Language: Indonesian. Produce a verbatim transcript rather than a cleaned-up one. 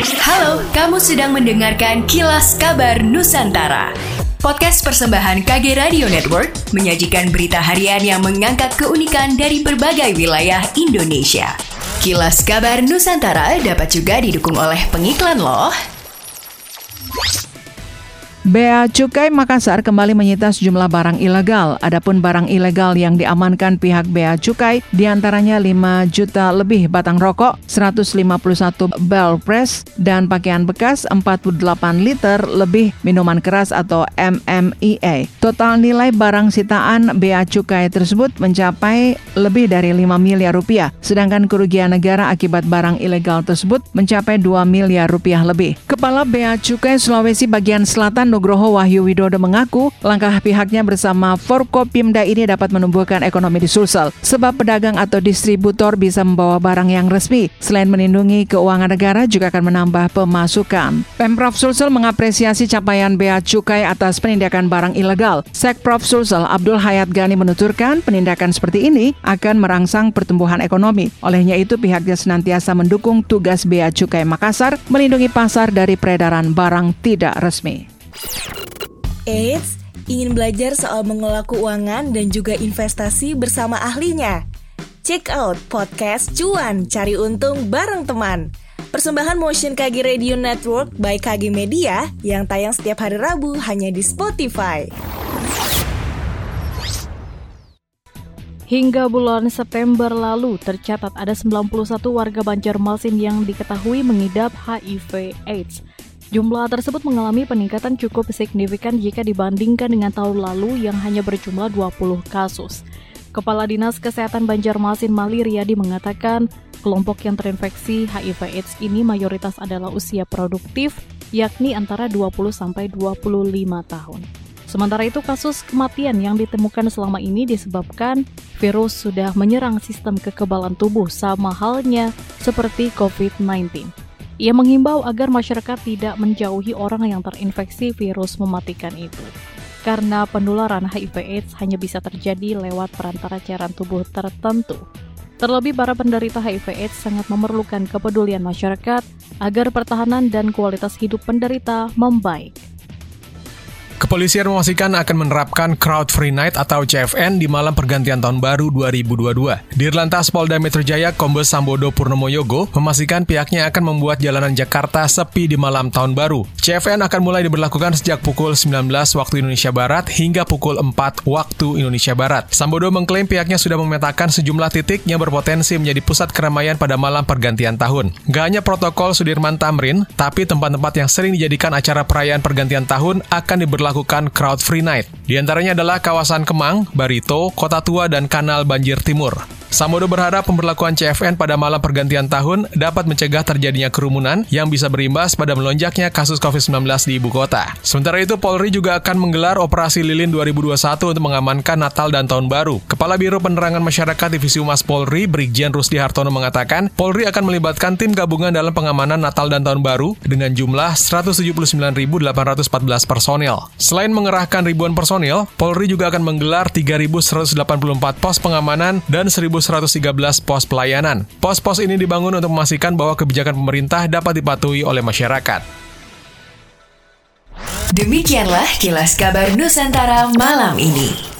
Halo, kamu sedang mendengarkan Kilas Kabar Nusantara. Podcast persembahan K G Radio Network menyajikan berita harian yang mengangkat keunikan dari berbagai wilayah Indonesia. Kilas Kabar Nusantara dapat juga didukung oleh pengiklan loh. Bea Cukai Makassar kembali menyita sejumlah barang ilegal. Adapun barang ilegal yang diamankan pihak Bea Cukai diantaranya lima juta lebih batang rokok, seratus lima puluh satu bell press, dan pakaian bekas, empat puluh delapan liter lebih minuman keras atau M M I A. Total nilai barang sitaan Bea Cukai tersebut mencapai lebih dari lima miliar rupiah, sedangkan kerugian negara akibat barang ilegal tersebut mencapai dua miliar rupiah lebih. Kepala Bea Cukai Sulawesi bagian Selatan Nugroho Wahyu Widodo mengaku langkah pihaknya bersama Forkopimda ini dapat menumbuhkan ekonomi di Sulsel sebab pedagang atau distributor bisa membawa barang yang resmi. Selain melindungi keuangan negara juga akan menambah pemasukan. Pemprov Sulsel mengapresiasi capaian Bea Cukai atas penindakan barang ilegal. Sekprov Sulsel Abdul Hayat Gani menuturkan penindakan seperti ini akan merangsang pertumbuhan ekonomi. Olehnya itu pihaknya senantiasa mendukung tugas Bea Cukai Makassar melindungi pasar dari peredaran barang tidak resmi. Eits, ingin belajar soal mengelola keuangan dan juga investasi bersama ahlinya? Check out podcast Cuan Cari Untung bareng teman. Persembahan Motion K G Radio Network by K G Media yang tayang setiap hari Rabu hanya di Spotify. Hingga bulan September lalu, tercatat ada sembilan puluh satu warga Banjarmasin yang diketahui mengidap H I V AIDS. Jumlah tersebut mengalami peningkatan cukup signifikan jika dibandingkan dengan tahun lalu yang hanya berjumlah dua puluh kasus. Kepala Dinas Kesehatan Banjarmasin Mali Riyadi mengatakan, kelompok yang terinfeksi H I V AIDS ini mayoritas adalah usia produktif, yakni antara dua puluh sampai dua puluh lima tahun. Sementara itu, kasus kematian yang ditemukan selama ini disebabkan virus sudah menyerang sistem kekebalan tubuh sama halnya seperti covid sembilan belas. Ia menghimbau agar masyarakat tidak menjauhi orang yang terinfeksi virus mematikan itu, karena penularan H I V AIDS hanya bisa terjadi lewat perantara cairan tubuh tertentu. Terlebih para penderita H I V AIDS sangat memerlukan kepedulian masyarakat agar pertahanan dan kualitas hidup penderita membaik. Kepolisian memastikan akan menerapkan Crowd Free Night atau C F N di malam pergantian tahun baru dua ribu dua puluh dua. Dirlantas Polda Metro Jaya Kombes Sambodo Purnomo Yogo memastikan pihaknya akan membuat jalanan Jakarta sepi di malam tahun baru. C F N akan mulai diberlakukan sejak pukul sembilan belas waktu Indonesia Barat hingga pukul empat waktu Indonesia Barat. Sambodo mengklaim pihaknya sudah memetakan sejumlah titik yang berpotensi menjadi pusat keramaian pada malam pergantian tahun. Gak hanya protokol Sudirman Tamrin, tapi tempat-tempat yang sering dijadikan acara perayaan pergantian tahun akan diberlakukan Lakukan Crowd Free Night. Di antaranya adalah kawasan Kemang, Barito, Kota Tua, dan Kanal Banjir Timur. Sambodo berharap pemberlakuan C F N pada malam pergantian tahun dapat mencegah terjadinya kerumunan yang bisa berimbas pada melonjaknya kasus covid sembilan belas di ibu kota. Sementara itu, Polri juga akan menggelar Operasi Lilin dua ribu dua puluh satu untuk mengamankan Natal dan Tahun Baru. Kepala Biro Penerangan Masyarakat Divisi Humas Polri, Brigjen Rusdi Hartono mengatakan, Polri akan melibatkan tim gabungan dalam pengamanan Natal dan Tahun Baru dengan jumlah seratus tujuh puluh sembilan ribu delapan ratus empat belas personel. Selain mengerahkan ribuan personel, Polri juga akan menggelar tiga ribu seratus delapan puluh empat pos pengamanan dan seribu seratus tiga belas pos pelayanan. Pos-pos ini dibangun untuk memastikan bahwa kebijakan pemerintah dapat dipatuhi oleh masyarakat. Demikianlah Kilas Kabar Nusantara malam ini.